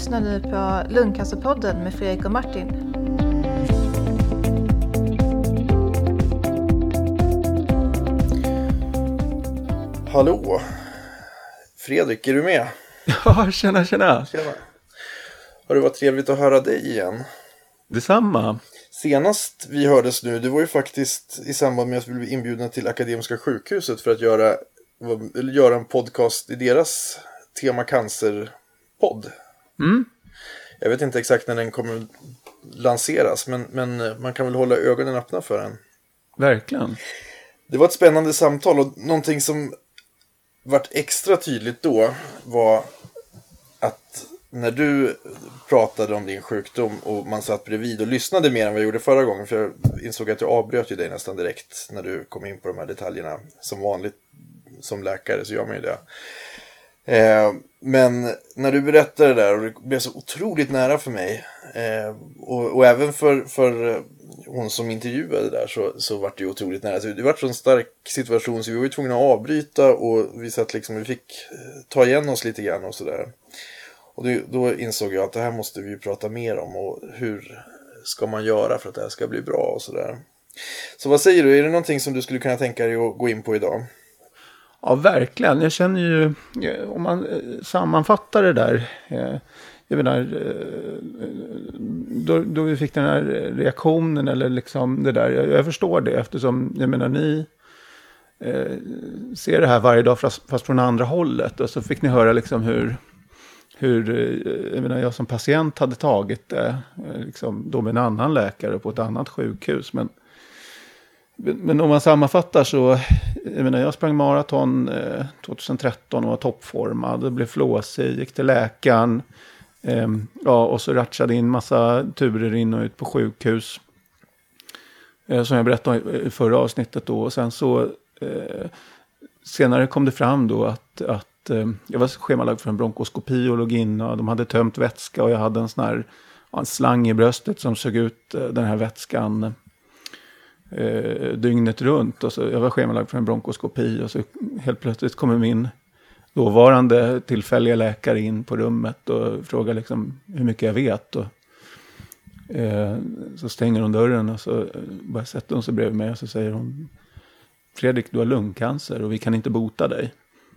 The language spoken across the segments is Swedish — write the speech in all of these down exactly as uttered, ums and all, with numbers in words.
lyssnar nu på Lungcancerpodden med Fredrik och Martin. Hallå! Fredrik, är du med? Ja, tjena, tjena. Tjena. Har det varit trevligt att höra dig igen? Detsamma. Senast vi hördes nu, det var ju faktiskt i samband med att vi blev inbjudna till Akademiska sjukhuset för att göra, göra en podcast i deras tema cancer-podd. Mm. Jag vet inte exakt när den kommer lanseras, men, men man kan väl hålla ögonen öppna för den. Verkligen. Det var ett spännande samtal, och någonting som vart extra tydligt då var att när du pratade om din sjukdom och man satt bredvid och lyssnade mer än vad jag gjorde förra gången, för jag insåg att jag avbröt ju dig nästan direkt när du kom in på de här detaljerna. Som vanligt som läkare så gör man ju det. Eh, men när du berättade det där, och det blev så otroligt nära för mig, eh, och, och även för, för hon som intervjuade där, så, så var det ju otroligt nära. Så det var en stark situation, så vi var ju tvungna att avbryta, och vi satt liksom, vi fick ta igen oss lite grann och sådär. Och då, då insåg jag att det här måste vi ju prata mer om, och hur ska man göra för att det här ska bli bra och sådär. Så vad säger du, är det någonting som du skulle kunna tänka dig att gå in på idag? Ja, verkligen. Jag känner ju, om man sammanfattar det där, jag menar, då, då vi fick den här reaktionen, eller liksom det där, jag, jag förstår det, eftersom, jag menar, ni eh, ser det här varje dag fast, fast från andra hållet, och så fick ni höra liksom hur, hur jag menar, jag som patient hade tagit det, liksom, då med en annan läkare på ett annat sjukhus, men Men om man sammanfattar så, jag menar, jag sprang maraton eh, tjugohundratretton och var toppformad, blev flåsig, gick till läkaren, eh, ja, och så ratchade in massa turer in och ut på sjukhus, eh, som jag berättade i förra avsnittet då. Och sen så eh, senare kom det fram då att, att eh, jag var schemalagd för en bronkoskopi och låg in, och de hade tömt vätska, och jag hade en sån här, ja, en slang i bröstet som såg ut eh, den här vätskan Eh, dygnet runt, och så jag var schemalagd för en bronkoskopi, och så helt plötsligt kommer min dåvarande tillfälliga läkare in på rummet och frågar liksom hur mycket jag vet, och eh, så stänger hon dörren, och så bara sätter hon sig bredvid mig, och så säger hon: Fredrik, du har lungcancer och vi kan inte bota dig.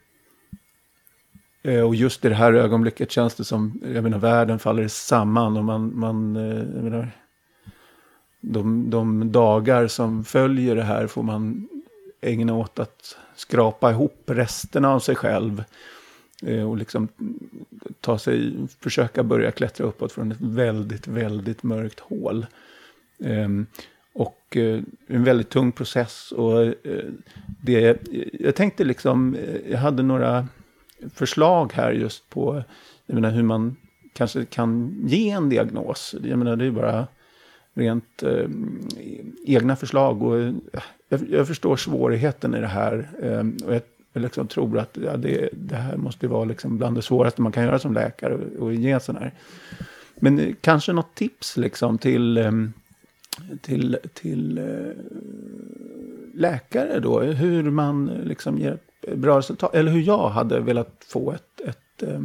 eh, och just i det här ögonblicket känns det som, jag menar, världen faller samman, och man, man eh, jag menar, De, de dagar som följer det här får man ägna åt att skrapa ihop resterna av sig själv, eh, och liksom ta sig, försöka börja klättra uppåt från ett väldigt, väldigt mörkt hål. Eh, och eh, en väldigt tung process, och eh, det, jag tänkte liksom, jag hade några förslag här just på, jag menar, hur man kanske kan ge en diagnos. Jag menar, det är bara rent eh, egna förslag, och eh, jag, jag förstår svårigheten i det här, eh, och jag, jag liksom tror att ja, det, det här måste vara liksom bland det svåraste man kan göra som läkare, och, och ge sån här. Men eh, kanske något tips liksom till eh, till till eh, läkare då, hur man liksom ger ett bra resultat, eller hur jag hade velat få ett ett eh,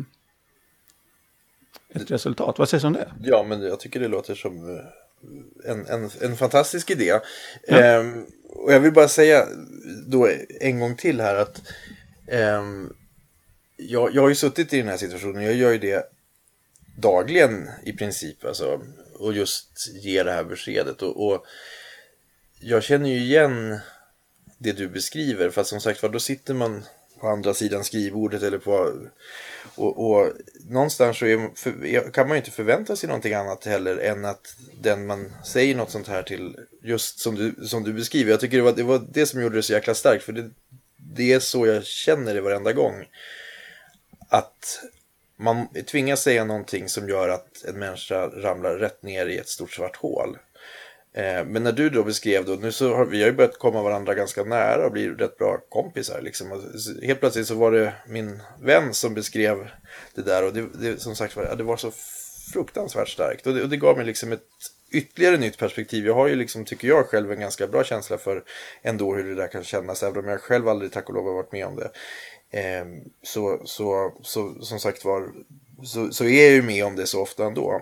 ett resultat. Vad sägs du om det? Ja, men jag tycker det låter som En, en, en fantastisk idé. Ja. ehm, Och jag vill bara säga då en gång till här att ehm, jag, jag har ju suttit i den här situationen. Jag gör ju det dagligen i princip, alltså, och just ger det här beskedet, och, och jag känner ju igen det du beskriver, fast som sagt, för då sitter man på andra sidan skrivbordet, eller på, och, och någonstans så är, för, kan man ju inte förvänta sig någonting annat heller än att den man säger något sånt här till, just som du, som du beskriver. Jag tycker det var, det var det som gjorde det så jäkla starkt, för det, det är så jag känner det varenda gång, att man tvingas säga någonting som gör att en människa ramlar rätt ner i ett stort svart hål. Men när du då beskrev då, nu så har vi har ju börjat komma varandra ganska nära och bli rätt bra kompisar liksom. Och helt plötsligt så var det min vän som beskrev det där, och det, det som sagt var, det var så fruktansvärt starkt, och det, och det gav mig liksom ett ytterligare nytt perspektiv. Jag har ju liksom, tycker jag själv, en ganska bra känsla för ändå hur det där kan kännas, även om jag själv aldrig, tack och lov, har varit med om det. Eh, så, så, så som sagt var, så, så är jag ju med om det så ofta ändå.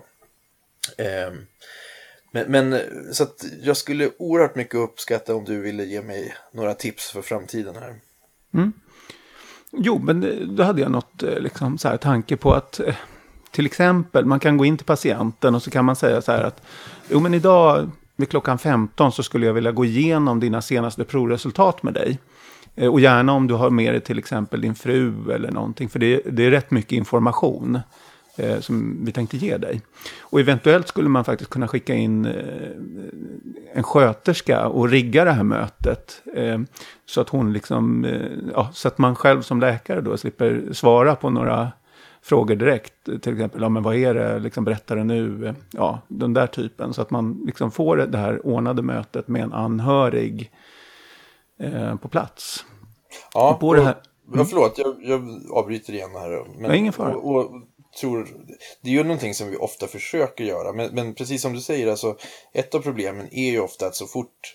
Eh, men, men så att jag skulle oerhört mycket uppskatta om du ville ge mig några tips för framtiden här. Mm. Jo, men då hade jag något liksom, så här, tanke på att till exempel man kan gå in till patienten och så kan man säga så här att jo men idag vid klockan femton så skulle jag vilja gå igenom dina senaste provresultat med dig. Och gärna om du har med dig till exempel din fru eller någonting, för det, det är rätt mycket information eh, som vi tänkte ge dig. Och eventuellt skulle man faktiskt kunna skicka in eh, en sköterska och rigga det här mötet eh, så att hon liksom, eh, ja, så att man själv som läkare då slipper svara på några frågor direkt, till exempel, ja, men vad är det, liksom, berätta det nu, ja, den där typen, så att man liksom får det här ordnade mötet med en anhörig eh, på plats. Ja, och på det här... mm. ja, förlåt, jag, jag avbryter igen här. Men, ja, ingen fara. Och, och, tror, det är ju någonting som vi ofta försöker göra, men, men precis som du säger, alltså, ett av problemen är ju ofta att så fort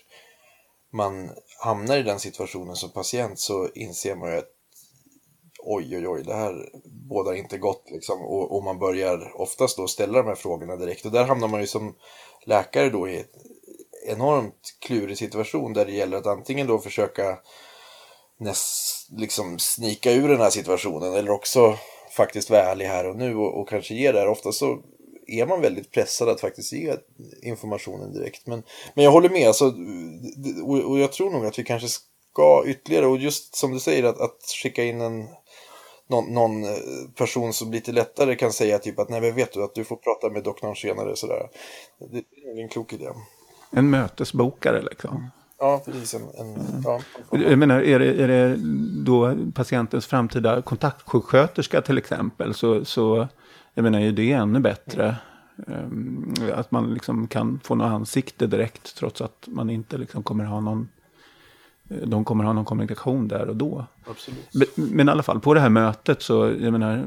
man hamnar i den situationen som patient så inser man ju att oj, oj, oj, det här bådar inte gott liksom. Och, och man börjar oftast då ställa de här frågorna direkt. Och där hamnar man ju som läkare då i en enormt klurig situation där det gäller att antingen då försöka näst, liksom snika ur den här situationen eller också faktiskt vara ärlig här och nu och, och kanske ge det här. Ofta så är man väldigt pressad att faktiskt ge informationen direkt. Men, men jag håller med, alltså, och, och jag tror nog att vi kanske ska ytterligare, och just som du säger att, att skicka in en Någon, någon person som lite lättare kan säga typ att nej, men vet du att du får prata med doktorn senare sådär. Det är en klok idé. En mötesbokare liksom. Ja, precis. En, en, ja. Jag menar, är det, är det då patientens framtida kontaktsjuksköterska till exempel, så, så jag menar, är det ännu bättre. Mm. Att man liksom kan få något ansikte direkt trots att man inte liksom kommer ha någon de kommer ha någon kommunikation där och då. Absolut. Men, men i alla fall, på det här mötet så, jag menar,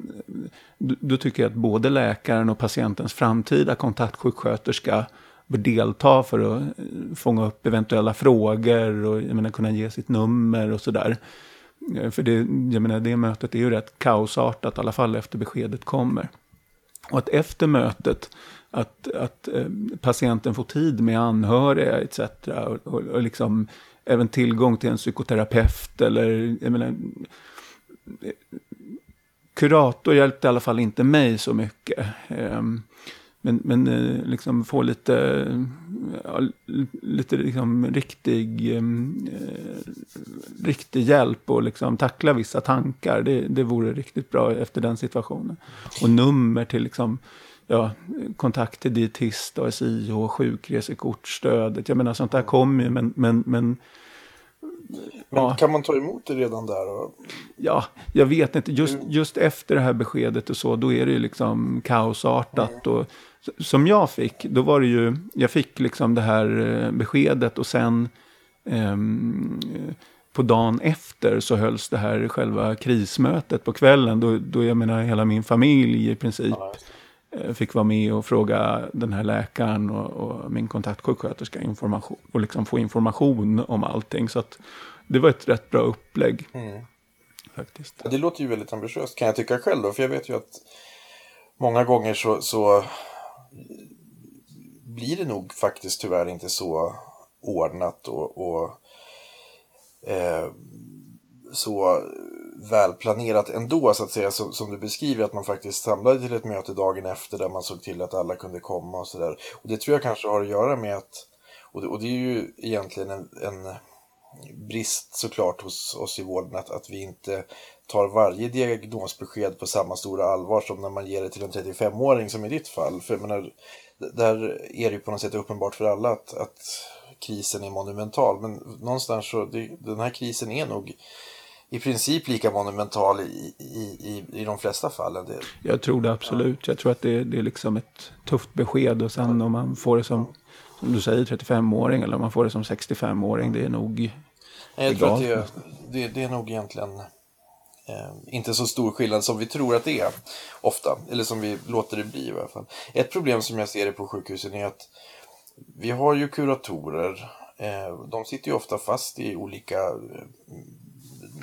då, då tycker jag att både läkaren och patientens framtida kontaktsjuksköterska bör delta för att fånga upp eventuella frågor och jag menar, kunna ge sitt nummer och sådär. För det, jag menar, det mötet är ju rätt kaosartat, i alla fall efter beskedet kommer. Och att efter mötet att, att eh, patienten får tid med anhöriga et cetera. Och, och, och liksom även tillgång till en psykoterapeut eller jag menar, kurator hjälpte i alla fall inte mig så mycket. Men, men liksom få lite, ja, lite liksom riktig, riktig hjälp och liksom tackla vissa tankar. Det, det vore riktigt bra efter den situationen. Och nummer till liksom, ja, kontakt till dietist, A S I H, sjukresekortstödet. Jag menar, sånt där kommer ju, men... Men, men, men ja. Kan man ta emot det redan där? Då? Ja, jag vet inte. Just, just efter det här beskedet och så, då är det ju liksom kaosartat. Mm. Och, som jag fick, då var det ju... Jag fick liksom det här beskedet och sen... Um, på dagen efter så hölls det här själva krismötet på kvällen. Då, då jag menar, hela min familj i princip... Ja. Fick vara med och fråga den här läkaren och, och min kontaktsjuksköterska information och liksom få information om allting, så att det var ett rätt bra upplägg. Mm. Faktiskt. Ja, det låter ju väldigt ambitiöst, kan jag tycka själv då, för jag vet ju att många gånger så, så blir det nog faktiskt tyvärr inte så ordnat och, och eh, så välplanerat ändå, så att säga, som, som du beskriver, att man faktiskt samlade till ett möte dagen efter där man såg till att alla kunde komma och sådär. Och det tror jag kanske har att göra med att, och det, och det är ju egentligen en, en brist såklart hos oss i vården, att, att vi inte tar varje diagnosbesked på samma stora allvar som när man ger det till en trettiofemåring som i ditt fall. För jag menar, där är det ju på något sätt uppenbart för alla att, att krisen är monumental, men någonstans så, det, den här krisen är nog i princip lika monumental i, i, i, i de flesta fallen. Det... Jag tror det absolut. Ja. Jag tror att det, det är liksom ett tufft besked, och sen om man får det som, som du säger, trettiofemåring eller om man får det som sextiofemåring, det är nog Nej, jag tror att det är, det, det är nog egentligen eh, inte så stor skillnad som vi tror att det är ofta, eller som vi låter det bli i alla fall. Ett problem som jag ser det på sjukhusen är att vi har ju kuratorer. Eh, de sitter ju ofta fast i olika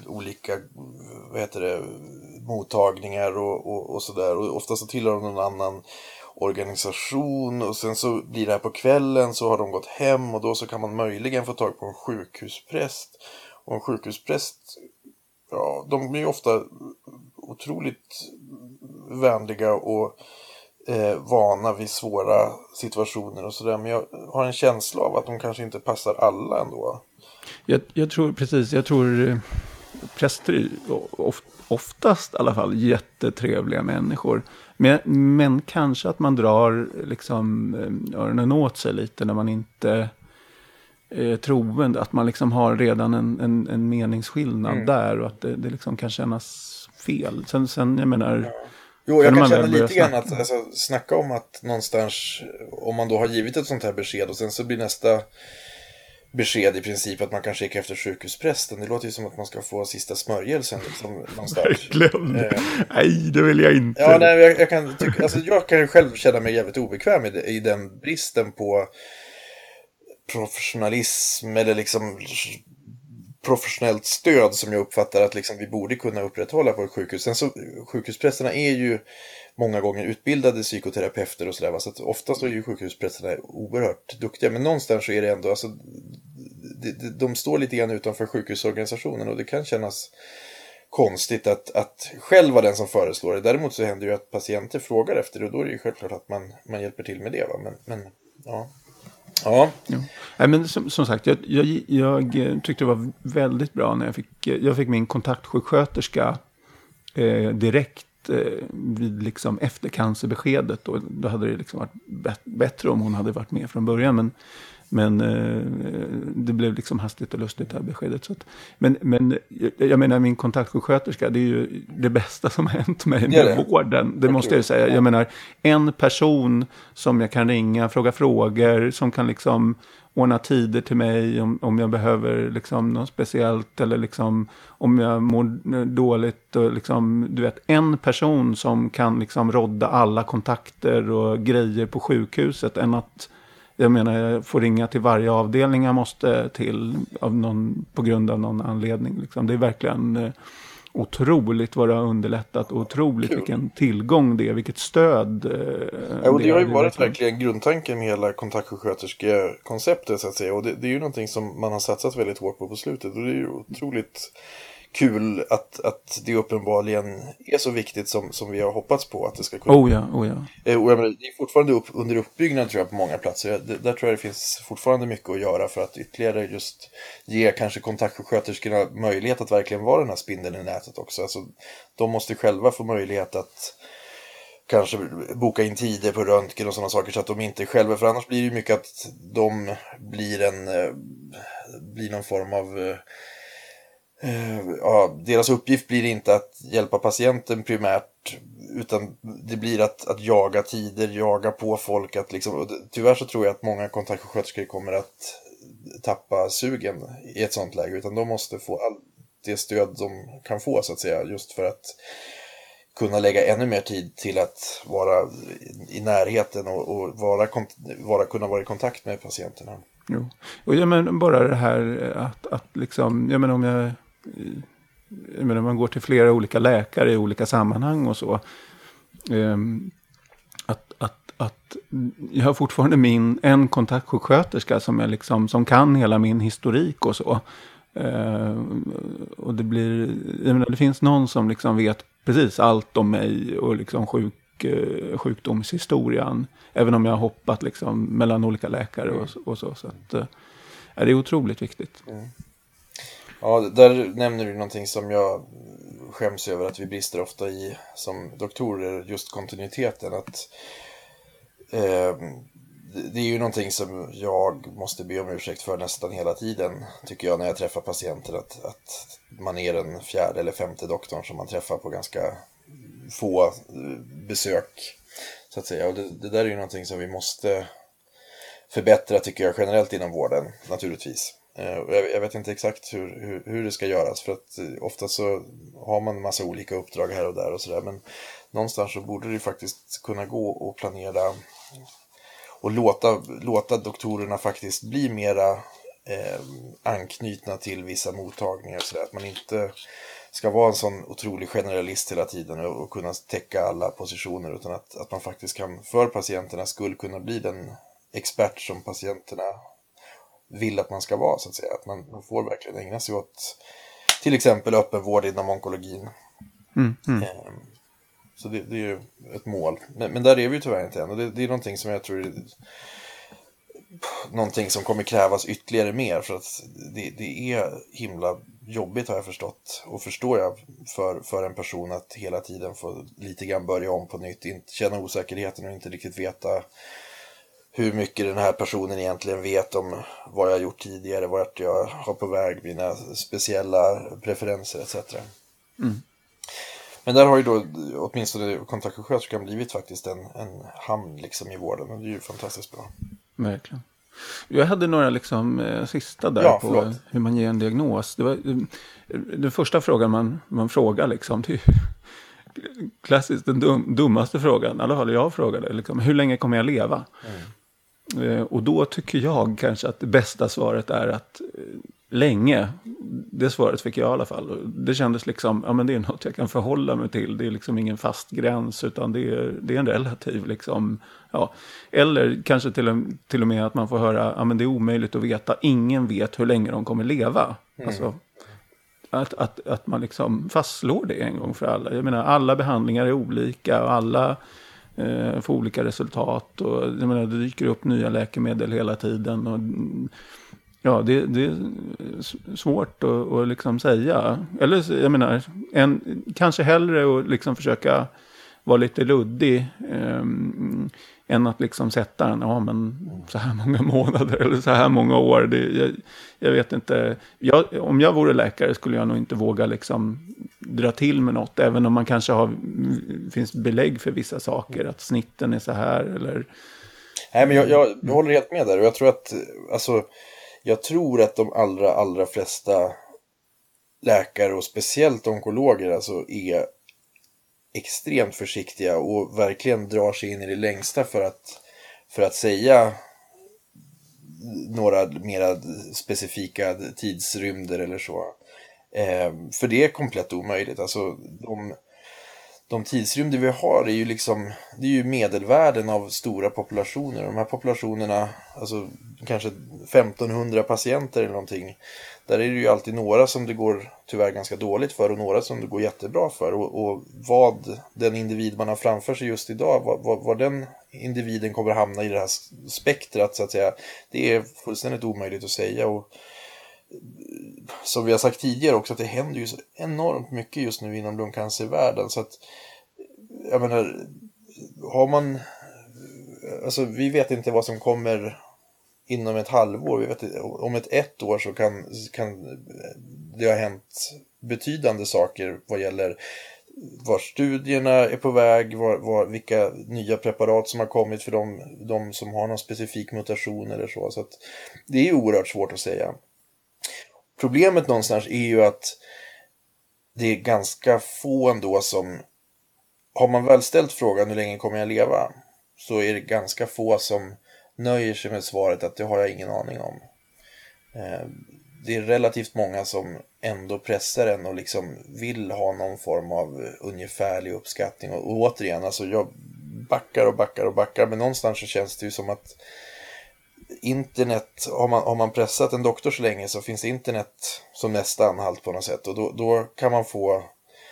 olika vad heter det, mottagningar och, och, och sådär. Och ofta så tillhör de någon annan organisation och sen så blir det här på kvällen så har de gått hem och då så kan man möjligen få tag på en sjukhuspräst. Och en sjukhuspräst, ja, de är ju ofta otroligt vänliga och eh, vana vid svåra situationer och sådär. Men jag har en känsla av att de kanske inte passar alla ändå. Jag, jag tror precis, jag tror präster är of, oftast i alla fall jättetrevliga människor. Men, men kanske att man drar liksom öronen åt sig lite när man inte är troende. Att man liksom har redan en, en, en meningsskillnad mm. där och att det, det liksom kan kännas fel. Sen, sen jag menar... Ja. Jo, jag kan känna lite grann att alltså, snacka om att någonstans, om man då har givit ett sånt här besked och sen så blir nästa besked i princip att man kan skicka efter sjukhusprästen. Det låter ju som att man ska få sista smörjelsen liksom, någonstans. Verkligen. Eh. Nej, det vill jag inte. Ja, nej, jag, jag, kan tycka, alltså, jag kan ju själv känna mig jävligt obekväm i, i den bristen på professionalism eller liksom professionellt stöd som jag uppfattar att liksom vi borde kunna upprätthålla på ett sjukhus. Sen så, sjukhusprästerna är ju många gånger utbildade psykoterapeuter och sådär. Så att ofta så är ju sjukhusprästerna oerhört duktiga. Men någonstans så är det ändå, alltså, de, de, de står lite grann utanför sjukhusorganisationen och det kan kännas konstigt att, att själv vara den som föreslår det. Däremot så händer ju att patienter frågar efter det och då är det ju självklart att man, man hjälper till med det. Va? Men, men ja... Ja. Ja. Nej, men som, som sagt, jag, jag, jag tyckte det var väldigt bra när jag fick, jag fick min kontaktsjuksköterska eh, direkt eh, vid liksom efter cancerbeskedet. Och då hade det liksom varit bet- bättre om hon hade varit med från början. Men, men eh, det blev liksom hastigt och lustigt det här beskedet. Så att, men, men jag menar, min kontaktsjuksköterska, det är ju det bästa som har hänt mig med det. Vården. Det måste jag ju säga. Jag menar, en person som jag kan ringa, fråga frågor, som kan liksom ordna tider till mig om, om jag behöver liksom något speciellt eller liksom om jag mår dåligt. Och liksom, du vet, en person som kan liksom rodda alla kontakter och grejer på sjukhuset än att jag menar, jag får ringa till varje avdelning jag måste till av någon, på grund av någon anledning. Liksom. Det är verkligen eh, otroligt vad det har underlättat. Otroligt Kul. Vilken tillgång det är, vilket stöd. Eh, ja, och det, det har ju är, varit liksom. Verkligen grundtanken med hela kontaktsjuksköterskekonceptet så att säga. Och det, det är ju någonting som man har satsat väldigt hårt på på slutet. Och det är ju otroligt kul att, att det uppenbarligen är så viktigt som, som vi har hoppats på att det ska kunna. Oh ja, oh ja. Och jag menar, det är fortfarande upp, under uppbyggnad tror jag på många platser. Det, där tror jag det finns fortfarande mycket att göra för att ytterligare just ge kanske kontaktsjuksköterskorna möjlighet att verkligen vara den här spindeln i nätet också. Alltså, de måste själva få möjlighet att kanske boka in tider på röntgen och sådana saker så att de inte själva, för annars blir det ju mycket att de blir en blir någon form av ja, deras uppgift blir inte att hjälpa patienten primärt utan det blir att, att jaga tider, jaga på folk att liksom, tyvärr så tror jag att många kontaktsjuksköterskor kommer att tappa sugen i ett sånt läge utan de måste få allt det stöd de kan få så att säga just för att kunna lägga ännu mer tid till att vara i närheten och, och vara, vara, kunna vara i kontakt med patienterna. Jo. Och jag menar bara det här att, att liksom, jag menar om jag, jag menar man går till flera olika läkare i olika sammanhang och så. Um, att, att, att jag har fortfarande min, en kontaktsjuksköterska som är liksom, som kan hela min historik och så. Uh, och det blir, jag menar det finns någon som liksom vet precis allt om mig och liksom sjuk sjukdomshistorien, även om jag har hoppat liksom mellan olika läkare och, och så. Så att, äh, det är otroligt viktigt. Mm. Ja, där nämner du någonting som jag skäms över att vi brister ofta i som doktorer, just kontinuiteten. Att, eh, det är ju någonting som jag måste be om ursäkt för nästan hela tiden, tycker jag, när jag träffar patienter. Att, att man är den fjärde eller femte doktorn som man träffar på ganska få besök så att säga. Och det, det där är ju någonting som vi måste förbättra tycker jag generellt inom vården naturligtvis. Jag, jag vet inte exakt hur, hur, hur det ska göras för att ofta så har man en massa olika uppdrag här och där och sådär, men någonstans så borde det ju faktiskt kunna gå och planera och låta, låta doktorerna faktiskt bli mera eh, anknutna till vissa mottagningar. Så att man inte ska vara en sån otrolig generalist hela tiden och, och kunna täcka alla positioner, utan att, att man faktiskt kan för patienternas skull kunna bli den expert som patienterna vill att man ska vara, så att säga. Att man, man får verkligen ägna sig åt till exempel öppenvård inom onkologin. Mm, mm. Eh, så det, det är ju ett mål. Men, men där är vi ju tyvärr inte än. Och det, det är någonting som jag tror är någonting som kommer krävas ytterligare mer, för att det, det är himla jobbigt, har jag förstått, och förstår jag, för, för en person att hela tiden få lite grann börja om på nytt, inte känna osäkerheten och inte riktigt veta hur mycket den här personen egentligen vet om vad jag har gjort tidigare, vart jag har på väg, mina speciella preferenser et cetera. Mm. Men där har ju då åtminstone kontaktsjuksköterskan blivit faktiskt en, en hamn liksom i vården, och det är ju fantastiskt bra. Verkligen. Jag hade några liksom eh, sista där ja, på förlåt. hur man ger en diagnos. Det var eh, den första frågan man, man frågar liksom, det är klassiskt den dum, dummaste frågan, i alla fall jag frågade, liksom, hur länge kommer jag leva? Mm. Eh, och då tycker jag kanske att det bästa svaret är att eh, länge. Det svaret fick jag i alla fall. Det kändes liksom, ja men det är något jag kan förhålla mig till. Det är liksom ingen fast gräns, utan det är, det är en relativ liksom, ja. Eller kanske till och, till och med att man får höra, ja men det är omöjligt att veta. Ingen vet hur länge de kommer leva. Mm. Alltså, att, att, att man liksom fastslår det en gång för alla. Jag menar, alla behandlingar är olika och alla eh, får olika resultat. Och jag menar, det dyker upp nya läkemedel hela tiden och ja, det, det är svårt att, att liksom säga. Eller jag menar, en, kanske hellre att liksom försöka vara lite luddig eh, än att liksom sätta en, ja men så här många månader eller så här många år. Det, jag, jag vet inte. Jag, om jag vore läkare skulle jag nog inte våga liksom dra till med något. Även om man kanske har, finns belägg för vissa saker. Att snitten är så här eller... Nej, men jag, jag, jag håller helt med där. Och jag tror att, alltså... Jag tror att de allra, allra flesta läkare och speciellt onkologer alltså är extremt försiktiga och verkligen drar sig in i det längsta för att, för att säga några mera specifika tidsrymder eller så. Eh, för det är komplett omöjligt. Alltså de... De tidsrymder vi har är ju liksom, det är ju medelvärden av stora populationer. De här populationerna, alltså kanske femtonhundra patienter eller någonting. Där är det ju alltid några som det går tyvärr ganska dåligt för och några som det går jättebra för. Och, och vad den individ man har framför sig just idag, vad, vad, vad den individen kommer hamna i det här spektrat så att säga. Det är fullständigt omöjligt att säga. Och som vi har sagt tidigare också, att det händer ju så enormt mycket just nu inom lungcancervärlden, så att jag menar, har man alltså vi vet inte vad som kommer inom ett halvår, vi vet om ett ett år så kan, kan det ha hänt betydande saker vad gäller var studierna är på väg, var, var, vilka nya preparat som har kommit för de, de som har någon specifik mutation eller så, så att det är oerhört svårt att säga. Problemet någonstans är ju att det är ganska få ändå som, har man väl ställt frågan hur länge kommer jag leva, så är det ganska få som nöjer sig med svaret att det har jag ingen aning om. Det är relativt många som ändå pressar en och liksom vill ha någon form av ungefärlig uppskattning. Och, och återigen, alltså jag backar och backar och backar, men någonstans så känns det ju som att internet, har man, har man pressat en doktor så länge så finns internet som nästa anhalt på något sätt. Och då, då kan man få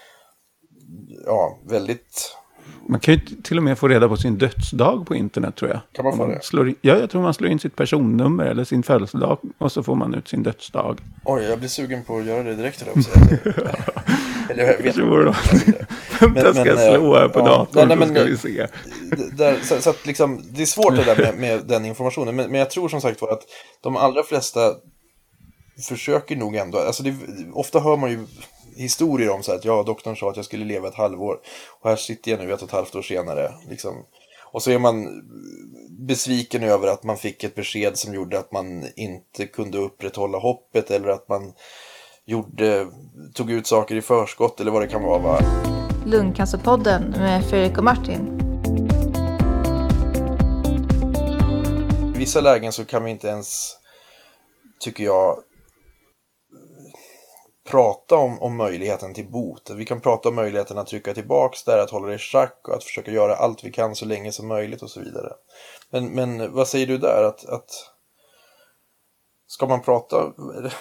ja, väldigt... Man kan ju till och med få reda på sin dödsdag på internet, tror jag. Kan man få man det? Slår in, ja, jag tror man slår in sitt personnummer eller sin födelsedag och så får man ut sin dödsdag. Oj, jag blir sugen på att göra det direkt. Eller, eller jag vet inte. Men, ska jag slå här på ja, datorn nej, nej, så ska vi se. Där, så, så att liksom, det är svårt det där med, med den informationen. Men, men jag tror som sagt att de allra flesta försöker nog ändå. Alltså det, ofta hör man ju historier om så att ja, doktorn sa att jag skulle leva ett halvår. Och här sitter jag nu ett och ett halvt år senare. Liksom. Och så är man besviken över att man fick ett besked som gjorde att man inte kunde upprätthålla hoppet. Eller att man gjorde, tog ut saker i förskott eller vad det kan vara. Va? Lungcancerpodden med Fredrik och Martin. I vissa lägen så kan vi inte ens tycker jag, prata om, om möjligheten till bot. Vi kan prata om möjligheten att trycka tillbaks där, att hålla det i schack och att försöka göra allt vi kan så länge som möjligt och så vidare. Men, men vad säger du där? Att, att ska man prata...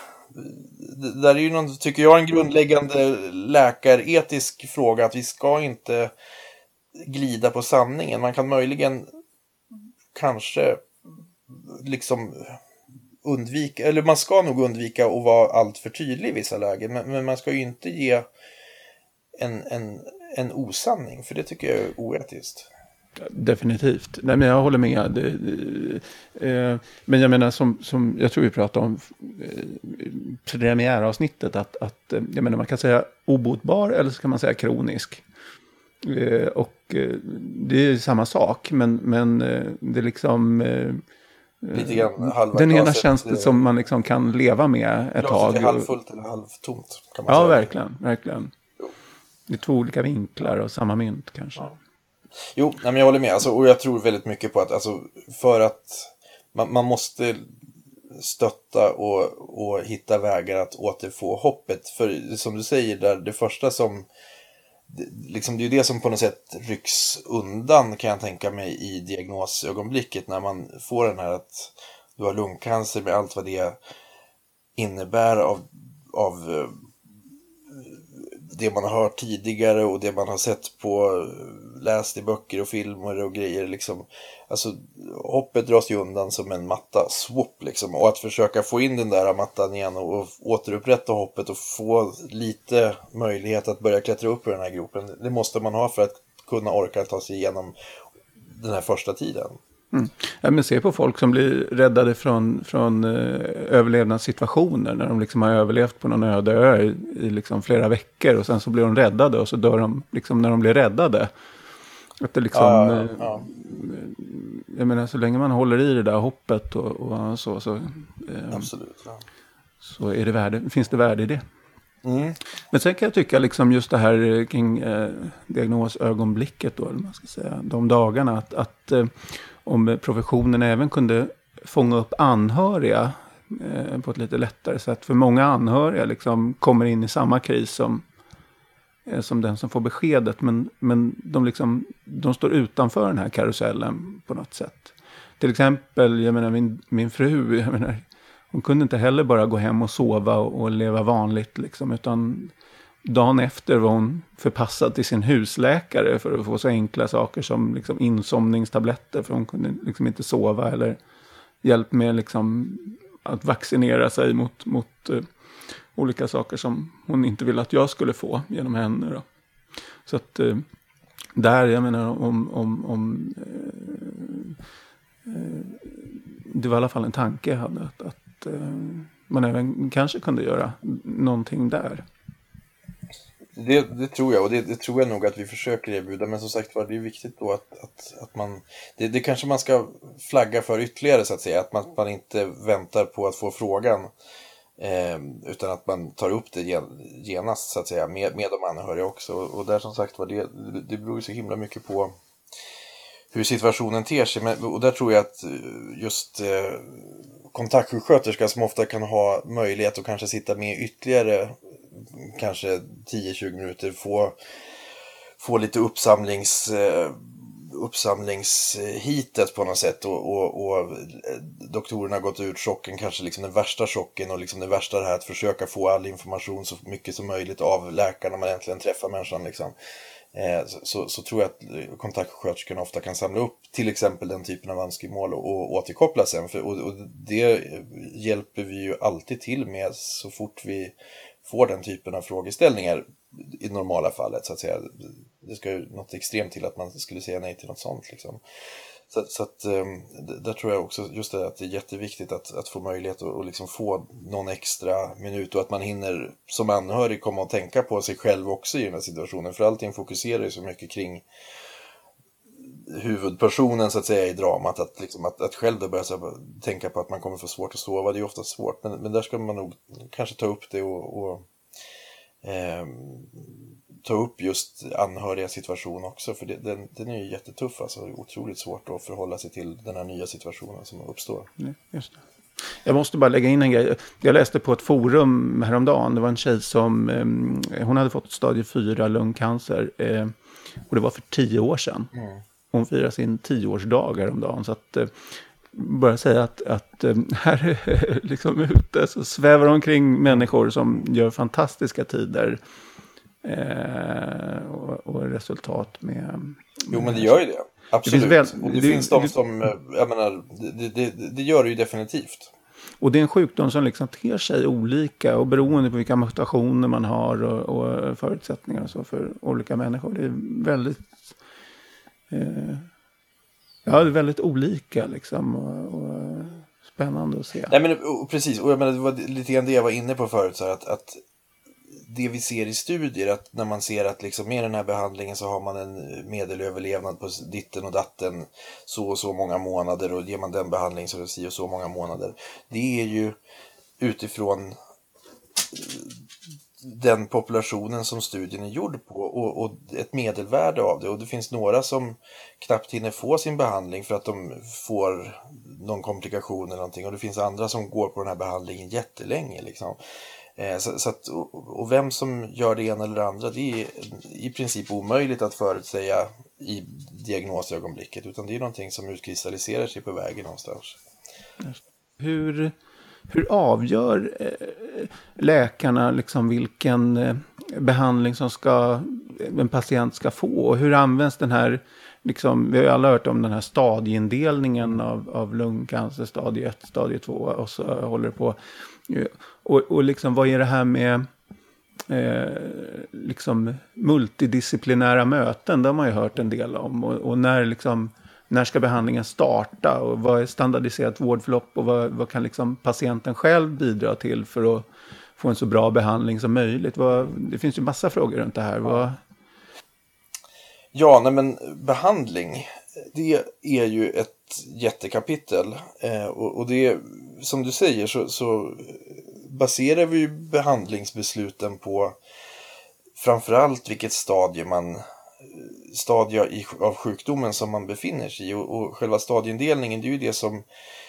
Det där är ju någon, tycker jag, en grundläggande läkaretisk fråga, att vi ska inte glida på sanningen. Man kan möjligen kanske liksom undvika, eller man ska nog undvika att vara allt för tydlig i vissa lägen, men, men man ska ju inte ge en, en, en osanning, för det tycker jag är oetiskt. Definitivt. Nej, men jag håller med. Det, det, eh, men jag menar, som, som jag tror vi pratade om eh, premiäravsnittet, att, att eh, jag menar, man kan säga obotbar eller så kan man säga kronisk. Eh, och eh, det är samma sak, men, men eh, det är liksom... Eh, Lite grann halva den ena glaset, känns det som man liksom kan leva med ett tag. Glaset är halvfullt eller halvtomt, kan man ja, säga. Ja, verkligen. verkligen. Det är två olika vinklar och samma mynt kanske. Ja. Jo, nej, men jag håller med. Alltså, och jag tror väldigt mycket på att alltså, för att man, man måste stötta och, och hitta vägar att återfå hoppet. För som du säger, där det första som det, liksom, det är ju det som på något sätt rycks undan, kan jag tänka mig, i diagnosögonblicket, när man får den här att du har lungcancer med allt vad det innebär av, av det man har hört tidigare och det man har sett på, läst i böcker och filmer och grejer liksom. Alltså hoppet dras ju undan som en matta, swoop liksom, och att försöka få in den där mattan igen och, och återupprätta hoppet och få lite möjlighet att börja klättra upp i den här gropen, det måste man ha för att kunna orka ta sig igenom den här första tiden. Mm. Ja, men se på folk som blir räddade från, från eh, överlevnadssituationer, när de liksom har överlevt på någon öde ö i, i liksom flera veckor, och sen så blir de räddade och så dör de liksom när de blir räddade. Att det liksom, ja, ja, eh, ja. Jag menar, så länge man håller i det där hoppet och, och så, så, eh, Absolut, ja. så är det värde, finns det värde i det. Mm. Men sen kan jag tycka liksom just det här kring eh, diagnosögonblicket då, eller man ska säga, de dagarna, att, att eh, om professionen även kunde fånga upp anhöriga eh, på ett lite lättare sätt. För många anhöriga liksom kommer in i samma kris som, eh, som den som får beskedet. Men, men de, liksom, de står utanför den här karusellen på något sätt. Till exempel, jag menar, min, min fru, jag menar, hon kunde inte heller bara gå hem och sova och, och leva vanligt. Liksom, utan dagen efter var hon förpassad till sin husläkare för att få så enkla saker som liksom insomningstabletter, för hon kunde liksom inte sova, eller hjälp med liksom att vaccinera sig mot, mot uh, olika saker som hon inte ville att jag skulle få genom henne då. Så att uh, där, jag menar, om, om, om uh, uh, det var i alla fall en tanke jag hade, att, att uh, man även kanske kunde göra någonting där. Det, det tror jag, och det, det tror jag nog att vi försöker erbjuda, men som sagt var, det är viktigt då att, att, att man, det, det kanske man ska flagga för ytterligare, så att säga, att man, man inte väntar på att få frågan, eh, utan att man tar upp det genast, så att säga, med, med de anhöriga också, och, och där som sagt var, det, det beror så himla mycket på hur situationen ter sig, men, och där tror jag att just eh, kontaktsjuksköterska som ofta kan ha möjlighet att kanske sitta med ytterligare kanske tio till tjugo minuter, få, få lite uppsamlings, eh, uppsamlingshitet på något sätt, och, och, och doktorerna har gått ut chocken, kanske liksom den värsta chocken, och liksom det värsta det här att försöka få all information så mycket som möjligt av läkarna när man äntligen träffar människan liksom. Eh, så, så, så tror jag att kontaktsköterskorna ofta kan samla upp till exempel den typen av önskemål och, och återkoppla sen, för, och, och det hjälper vi ju alltid till med så fort vi får den typen av frågeställningar i normala fallet, så att säga. Det ska ju något extremt till att man skulle säga nej till något sånt liksom. Så, så att där tror jag också just det, att det är jätteviktigt att, att få möjlighet att, att liksom få någon extra minut, och att man hinner som anhörig komma och tänka på sig själv också i den här situationen, för allting fokuserar ju så mycket kring huvudpersonen, så att säga, i dramat, att, liksom, att, att själv då börja så här, tänka på att man kommer få svårt att sova, det är ju ofta svårt, men, men där ska man nog kanske ta upp det och, och eh, ta upp just anhöriga situation också, för det, den, den är ju jättetuff, alltså otroligt svårt att förhålla sig till den här nya situationen som uppstår. Ja, just det. Jag måste bara lägga in en grej. Jag läste på ett forum häromdagen. Det var en tjej som, eh, hon hade fått stadie fyra lungcancer. Eh, och det var för tio år sedan. Mm. Hon firar sin tioårsdag häromdagen. Så att, eh, bara säga att, att eh, här liksom ute så svävar omkring människor som gör fantastiska tider. Eh, och, och resultat med, med... Jo, men det gör ju det. Absolut. Det finns, väl, och det, det finns de det, som, jag menar, det, det, det gör det ju definitivt. Och det är en sjukdom som liksom ter sig olika och beroende på vilka mutationer man har och, och förutsättningar och så för olika människor. Det är väldigt, eh, ja, det är väldigt olika liksom och, och spännande att se. Nej, men precis, och jag menar, det var lite grann det jag var inne på förut, så att, att det vi ser i studier, att när man ser att liksom med den här behandlingen så har man en medelöverlevnad på ditten och datten så och så många månader, och ger man den behandling så är det si och så många månader. Det är ju utifrån den populationen som studien är gjord på och, och ett medelvärde av det. Och det finns några som knappt hinner få sin behandling för att de får någon komplikation eller någonting, och det finns andra som går på den här behandlingen jättelänge liksom. Så, så att, och, och vem som gör det ena eller det andra, det är i princip omöjligt att förutsäga i diagnosögonblicket, utan det är någonting som utkristalliserar sig på vägen någonstans. Hur, hur avgör eh, läkarna liksom vilken eh, behandling som ska, en patient ska få, och hur används den här, liksom, vi har ju alla hört om den här stadieindelningen av, av lungcancer, stadie ett, stadie två, och så håller det på. Och, och liksom, vad är det här med eh, liksom multidisciplinära möten? Det har man ju hört en del om. Och, och när, liksom, när ska behandlingen starta? Och vad är standardiserat vårdförlopp? Och vad, vad kan liksom patienten själv bidra till för att få en så bra behandling som möjligt? Vad, det finns ju massa frågor runt det här. Vad... Ja, nej, men behandling, det är ju ett jättekapitel. Eh, och, och det är, som du säger, så, så baserar vi ju behandlingsbesluten på framförallt vilket stadie man stadie i, av sjukdomen som man befinner sig i. Och, och själva stadieindelningen, det är ju det som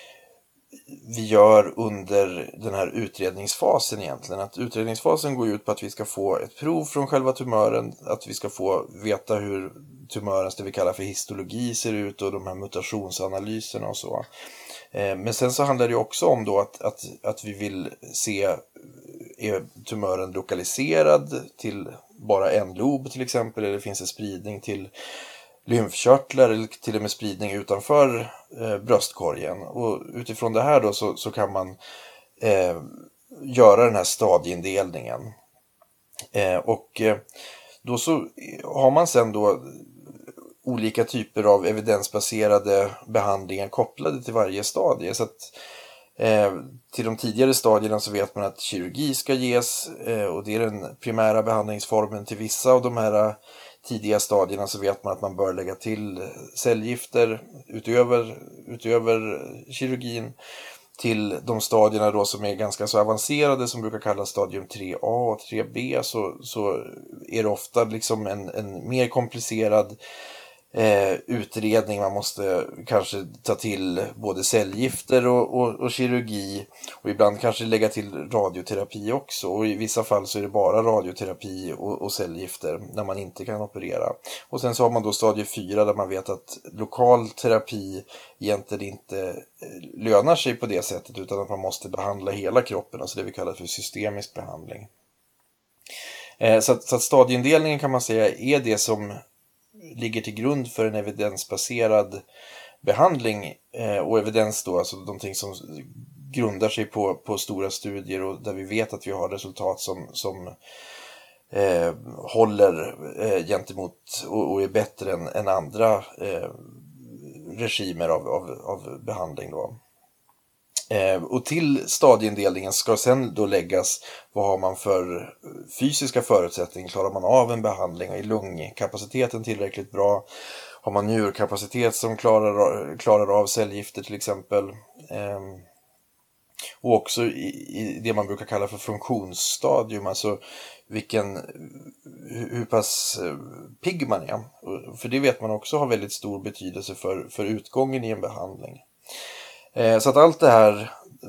vi gör under den här utredningsfasen egentligen. Att utredningsfasen går ut på att vi ska få ett prov från själva tumören, att vi ska få veta hur tumörens, det vi kallar för histologi, ser ut och de här mutationsanalyserna och så. Men sen så handlar det också om då att, att, att vi vill se, är tumören lokaliserad till bara en lob till exempel, eller finns det spridning till lymfkörtlar eller till och med spridning utanför eh, bröstkorgen. Och utifrån det här då så, så kan man eh, göra den här stadieindelningen. Eh, och eh, då så har man sen då olika typer av evidensbaserade behandlingar kopplade till varje stadie. Så att eh, till de tidigare stadierna så vet man att kirurgi ska ges, eh, och det är den primära behandlingsformen. Till vissa av de här tidiga stadierna så vet man att man bör lägga till cellgifter utöver, utöver kirurgin. Till de stadierna då som är ganska så avancerade, som brukar kallas stadium tre A och tre B, så, så är det ofta liksom en, en mer komplicerad eh, utredning. Man måste kanske ta till både cellgifter och, och, och kirurgi, och ibland kanske lägga till radioterapi också, och i vissa fall så är det bara radioterapi och, och cellgifter när man inte kan operera. Och sen så har man då stadie fyra där man vet att lokal terapi egentligen inte lönar sig på det sättet, utan att man måste behandla hela kroppen, alltså det vi kallar för systemisk behandling. Eh, så, att, så att stadieindelningen kan man säga är det som ligger till grund för en evidensbaserad behandling, eh, och evidens då, alltså någonting som grundar sig på, på stora studier och där vi vet att vi har resultat som, som eh, håller eh, gentemot och, och är bättre än, än andra eh, regimer av, av, av behandling då. Eh, och till stadieindelningen ska sen då läggas vad har man för fysiska förutsättningar. Klarar man av en behandling, och är lungkapaciteten tillräckligt bra? Har man njurkapacitet som klarar, klarar av cellgifter till exempel? Eh, och också i, i det man brukar kalla för funktionsstadium, alltså vilken, hur pass pigg man är. För det vet man också har väldigt stor betydelse för, för utgången i en behandling. Så att allt det här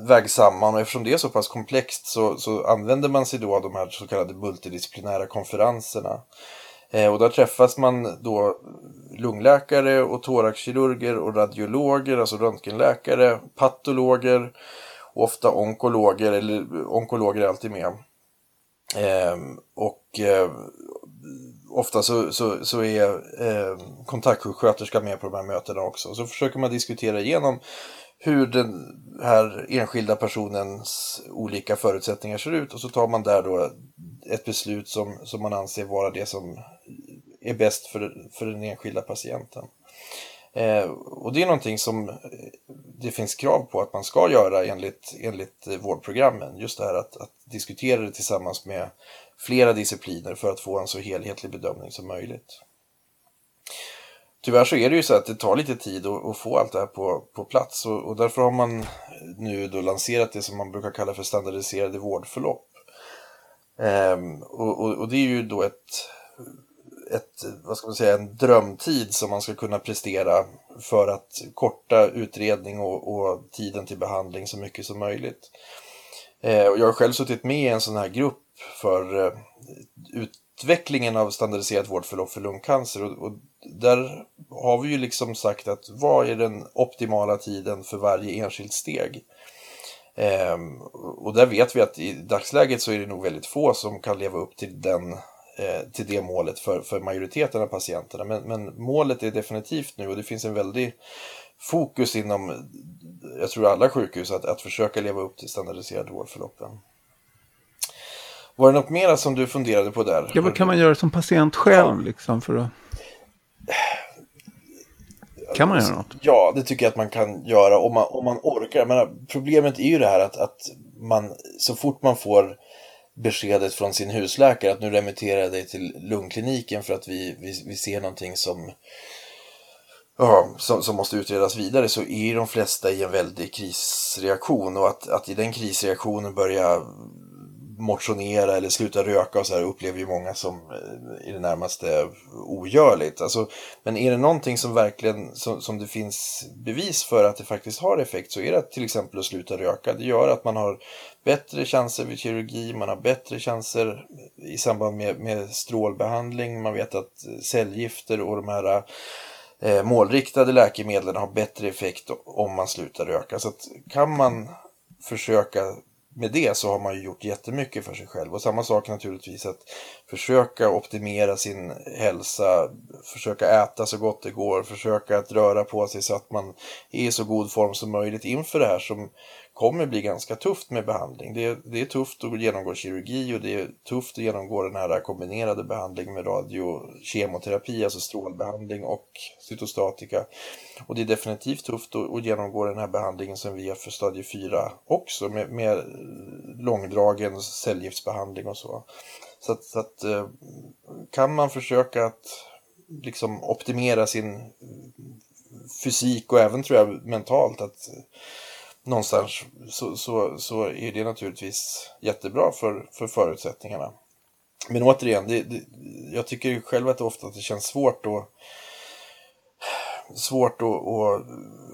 vägs samman, och eftersom det är så pass komplext så, så använder man sig då av de här så kallade multidisciplinära konferenserna. Eh, och där träffas man då lungläkare och thoraxkirurger och radiologer, alltså röntgenläkare, patologer, och ofta onkologer, eller onkologer är alltid med. Eh, och eh, ofta så, så, så är eh, kontaktsjuksköterska med på de här mötena också. Så försöker man diskutera igenom hur den här enskilda personens olika förutsättningar ser ut, och så tar man där då ett beslut som, som man anser vara det som är bäst för, för den enskilda patienten. Eh, och det är någonting som det finns krav på att man ska göra enligt, enligt vårdprogrammen. Just det här att, att diskutera det tillsammans med flera discipliner för att få en så helhetlig bedömning som möjligt. Tyvärr så är det ju så att det tar lite tid att, att få allt det här på, på plats, och, och därför har man nu då lanserat det som man brukar kalla för standardiserade vårdförlopp. Ehm, och, och, och det är ju då ett, ett, vad ska man säga, en drömtid som man ska kunna prestera för att korta utredning och, och tiden till behandling så mycket som möjligt. Ehm, och jag har själv suttit med i en sån här grupp för uh, utvecklingen av standardiserat vårdförlopp för lungcancer, och, och där har vi ju liksom sagt att vad är den optimala tiden för varje enskilt steg. Ehm, och där vet vi att i dagsläget så är det nog väldigt få som kan leva upp till, den, eh, till det målet för, för majoriteten av patienterna. Men, men målet är definitivt nu, och det finns en väldig fokus inom, jag tror alla sjukhus, att, att försöka leva upp till standardiserade vårdförloppen. Var det något mer som du funderade på där? Ja, vad kan man göra som patient själv ja. liksom för att... Kan man göra något? Ja, det tycker jag att man kan göra om man, om man orkar. Men problemet är ju det här att, att man, så fort man får beskedet från sin husläkare att nu remitterar jag dig till lungkliniken för att vi, vi, vi ser någonting som, ja, som, som måste utredas vidare, så är de flesta i en väldig krisreaktion. Och att, att i den krisreaktionen börja motionera eller sluta röka och så här upplever ju många som i det närmaste ogörligt. Alltså, men är det någonting som verkligen som, som det finns bevis för att det faktiskt har effekt, så är det till exempel att sluta röka. Det gör att man har bättre chanser vid kirurgi, man har bättre chanser i samband med, med strålbehandling. Man vet att cellgifter och de här eh, målriktade läkemedlen har bättre effekt om man slutar röka. Så att kan man försöka med det, så har man ju gjort jättemycket för sig själv. Och samma sak naturligtvis, att försöka optimera sin hälsa, försöka äta så gott det går, försöka att röra på sig så att man är i så god form som möjligt inför det här som kommer bli ganska tufft med behandling. Det är, det är tufft att genomgå kirurgi, och det är tufft att genomgå den här kombinerade behandlingen med radio-kemoterapi, alltså strålbehandling och cytostatika. Och det är definitivt tufft att, att genomgå den här behandlingen som vi har för stadie fyra också, med, med långdragen cellgiftsbehandling och så. Så att, så att kan man försöka att liksom optimera sin fysik och även, tror jag, mentalt, att någonstans så, så, så är det naturligtvis jättebra för, för förutsättningarna. Men återigen, det, det, jag tycker själv att det ofta att det känns svårt och svårt att, att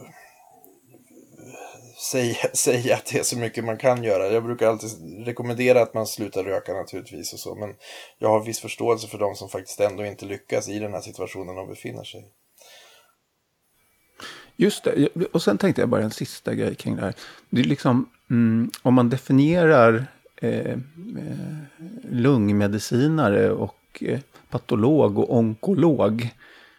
säga, säga att det är så mycket man kan göra. Jag brukar alltid rekommendera att man slutar röka naturligtvis och så, men jag har viss förståelse för de som faktiskt ändå inte lyckas i den här situationen de befinner sig. Just det, och sen tänkte jag bara en sista grej kring det här. Det är liksom, mm, om man definierar eh, lungmedicinare och eh, patolog och onkolog,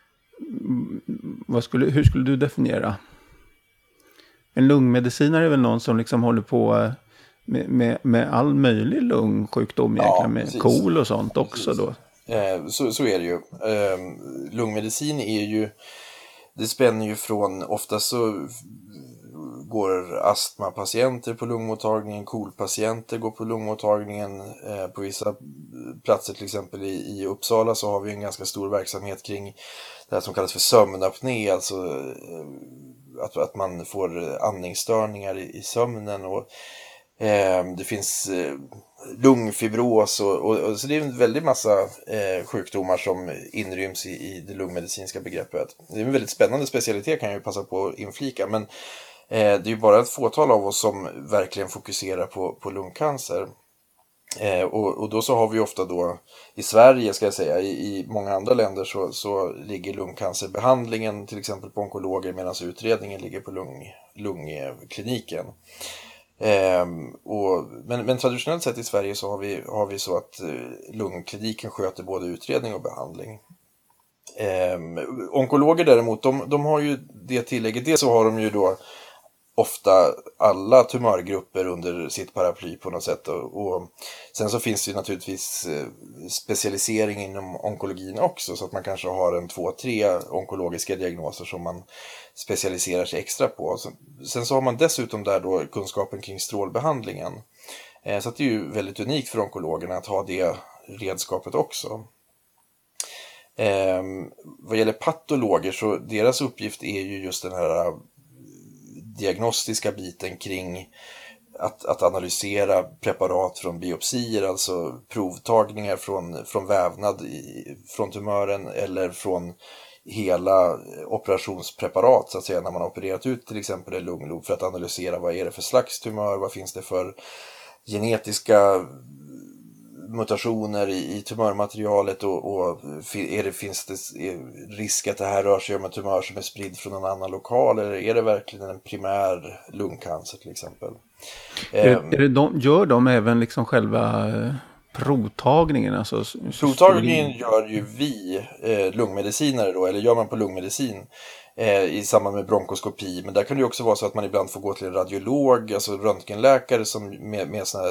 vad skulle, hur skulle du definiera? En lungmedicinare är väl någon som liksom håller på med, med, med all möjlig lungsjukdom, egentligen, ja, med precis. KOL och sånt också då. Eh, så, så är det ju. Eh, lungmedicin är ju, det spänner ju från, ofta så går astmapatienter på lungmottagningen, KOL-patienter går på lungmottagningen. Eh, på vissa platser, till exempel i, i Uppsala, så har vi en ganska stor verksamhet kring det här som kallas för sömnapné, alltså eh, att, att man får andningsstörningar i, i sömnen, och eh, det finns eh, lungfibros och, och, och så det är en väldigt massa eh, sjukdomar som inryms i, i det lungmedicinska begreppet. Det är en väldigt spännande specialitet, kan jag ju passa på att inflika, men Eh, det är ju bara ett fåtal av oss som verkligen fokuserar på, på lungcancer. Eh, och, och då så har vi ofta då i Sverige, ska jag säga, i, i många andra länder så, så ligger lungcancerbehandlingen till exempel på onkologer, medan utredningen ligger på lung, lungkliniken. Eh, och, men, men traditionellt sett i Sverige så har vi, har vi så att eh, lungkliniken sköter både utredning och behandling. Eh, onkologer däremot, de, de har ju det tillägget, det så har de ju då ofta alla tumörgrupper under sitt paraply på något sätt. Och, och sen så finns det ju naturligtvis eh, specialisering inom onkologin också, så att man kanske har en två, tre onkologiska diagnoser som man specialiserar sig extra på. Så, sen så har man dessutom där då kunskapen kring strålbehandlingen. Eh, så att det är ju väldigt unikt för onkologerna att ha det redskapet också. Eh, vad gäller patologer så deras uppgift är ju just den här diagnostiska biten kring att, att analysera preparat från biopsier, alltså provtagningar från, från vävnad i, från tumören eller från hela operationspreparat så att säga, när man har opererat ut till exempel en lunglob, för att analysera vad är det för slags tumör, vad finns det för genetiska mutationer i, i tumörmaterialet och, och är det, finns det är risk att det här rör sig om en tumör som är spridd från en annan lokal, eller är det verkligen en primär lungcancer till exempel? Är, um, är det de, gör de även liksom själva eh, provtagningen? Alltså, provtagningen gör ju vi eh, lungmedicinare då, eller gör man på lungmedicin eh, i samband med bronkoskopi, men där kan det ju också vara så att man ibland får gå till en radiolog, alltså röntgenläkare som med, med sån här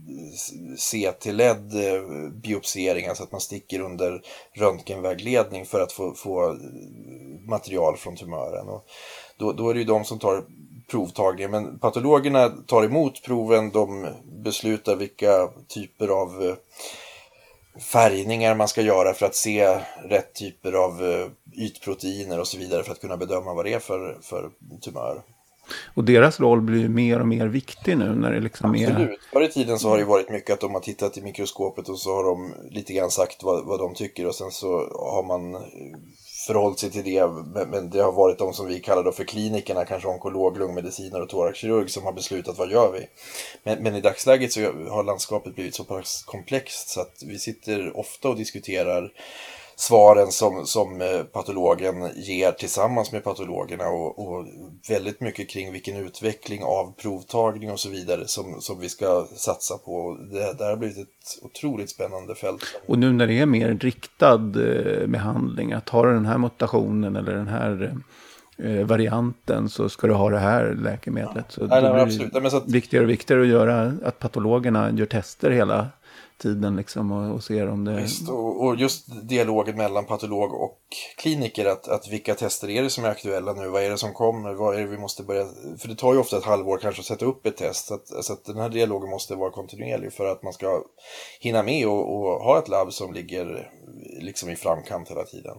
C T-ledd biopsering, alltså att man sticker under röntgenvägledning för att få, få material från tumören. Och då, då är det ju de som tar provtagningen, men patologerna tar emot proven, de beslutar vilka typer av färgningar man ska göra för att se rätt typer av ytproteiner och så vidare för att kunna bedöma vad det är för, för tumör. Och deras roll blir ju mer och mer viktig nu när det liksom är... Absolut. Förr i tiden så har det varit mycket att de har tittat i mikroskopet och så har de lite grann sagt vad, vad de tycker, och sen så har man förhållit sig till det, men det har varit de som vi kallar då för klinikerna, kanske onkolog, lungmediciner och thoraxkirurg, som har beslutat vad gör vi. Men, men i dagsläget så har landskapet blivit så pass komplext så att vi sitter ofta och diskuterar svaren som, som patologen ger tillsammans med patologerna och, och väldigt mycket kring vilken utveckling av provtagning och så vidare som, som vi ska satsa på. Det, det har blivit ett otroligt spännande fält. Och nu när det är mer riktad behandling, att har du den här mutationen eller den här eh, varianten så ska du ha det här läkemedlet. Så nej, nej, det absolut. Nej, men så att... viktigare och viktigare att göra att patologerna gör tester hela tiden liksom och, och ser om det... Just, och, och just dialogen mellan patolog och kliniker, att, att vilka tester är det som är aktuella nu, vad är det som kommer, vad är det vi måste börja... För det tar ju ofta ett halvår kanske att sätta upp ett test, så att, så att den här dialogen måste vara kontinuerlig för att man ska hinna med och, och ha ett labb som ligger liksom i framkant hela tiden.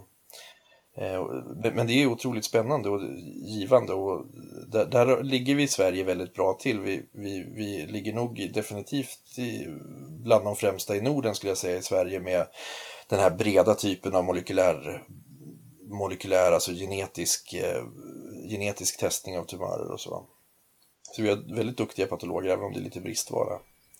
Men det är otroligt spännande och givande, och där, där ligger vi i Sverige väldigt bra till. Vi, vi, vi ligger nog definitivt i, bland de främsta i Norden skulle jag säga i Sverige med den här breda typen av molekylär, molekylär alltså genetisk, eh, genetisk testning av tumörer och så. Så vi har väldigt duktiga patologer även om det är lite bristvara.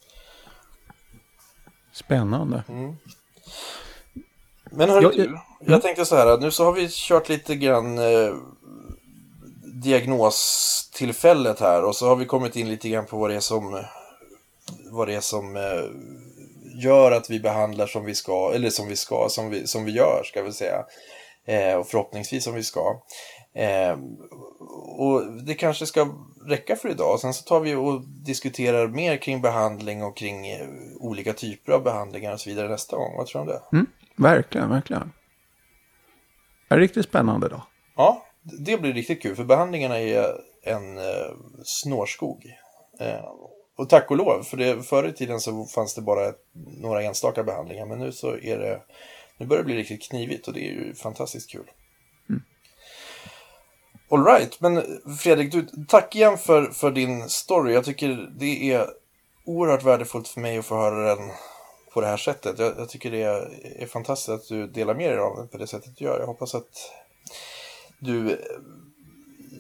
Spännande. Mm. Men hörru jag, du, jag tänkte så här att nu så har vi kört lite grann eh, diagnostillfället här, och så har vi kommit in lite grann på vad det är som, vad det är som eh, gör att vi behandlar som vi ska, eller som vi ska, som vi, som vi gör ska vi säga, eh, och förhoppningsvis som vi ska. Eh, och det kanske ska räcka för idag. Sen så tar vi och diskuterar mer kring behandling och kring eh, olika typer av behandlingar och så vidare nästa gång. Vad tror du om det? Mm, verkligen, verkligen. Det är riktigt spännande då. Ja, det blir riktigt kul, för behandlingarna är en eh, snårskog. Eh, och tack och lov, för det, förr i tiden så fanns det bara ett, några enstaka behandlingar, men nu så är det, nu börjar det bli riktigt knivigt och det är ju fantastiskt kul. Mm. All right, men Fredrik, du, tack igen för, för din story. Jag tycker det är oerhört värdefullt för mig att få höra den på det här sättet. Jag, jag tycker det är, är fantastiskt att du delar med dig av den på det sättet du gör. Jag hoppas att du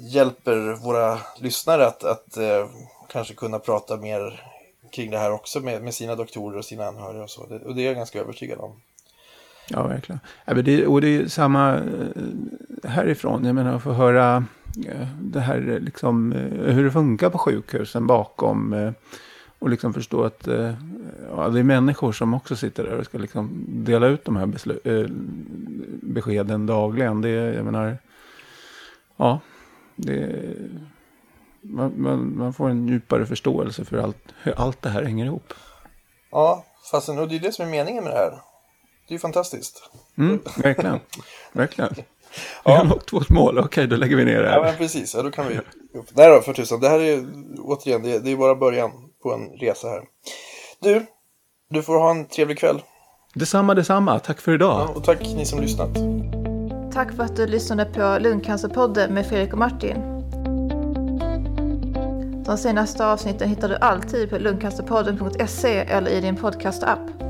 hjälper våra lyssnare att, att eh, kanske kunna prata mer kring det här också med, med sina doktorer och sina anhöriga och så. Det, och det är jag ganska övertygad om. Ja, verkligen. Ja, men det, och det är samma härifrån. Jag menar, att få höra det här, liksom, hur det funkar på sjukhusen bakom. Och liksom förstå att ja, det är människor som också sitter där och ska liksom dela ut de här beslu- beskeden dagligen. Det är, jag menar, ja, det, man, man, man får en djupare förståelse för allt, hur allt det här hänger ihop. Ja, fast och det är det som är meningen med det här. Det är ju fantastiskt. Mm, verkligen. Verkligen. Vi har nått tvåt mål. Okej, då lägger vi ner det här. Ja, men precis. Ja, då kan vi upp. Nej då, för tusan. Det här är återigen, det är, det är bara början på en resa här. Du, du får ha en trevlig kväll. Detsamma, detsamma. Tack för idag. Ja, och tack ni som lyssnat. Tack för att du lyssnade på Lungcancerpodden med Fredrik och Martin. De senaste avsnitten hittar du alltid på lungcancerpodden punkt se eller i din podcast-app.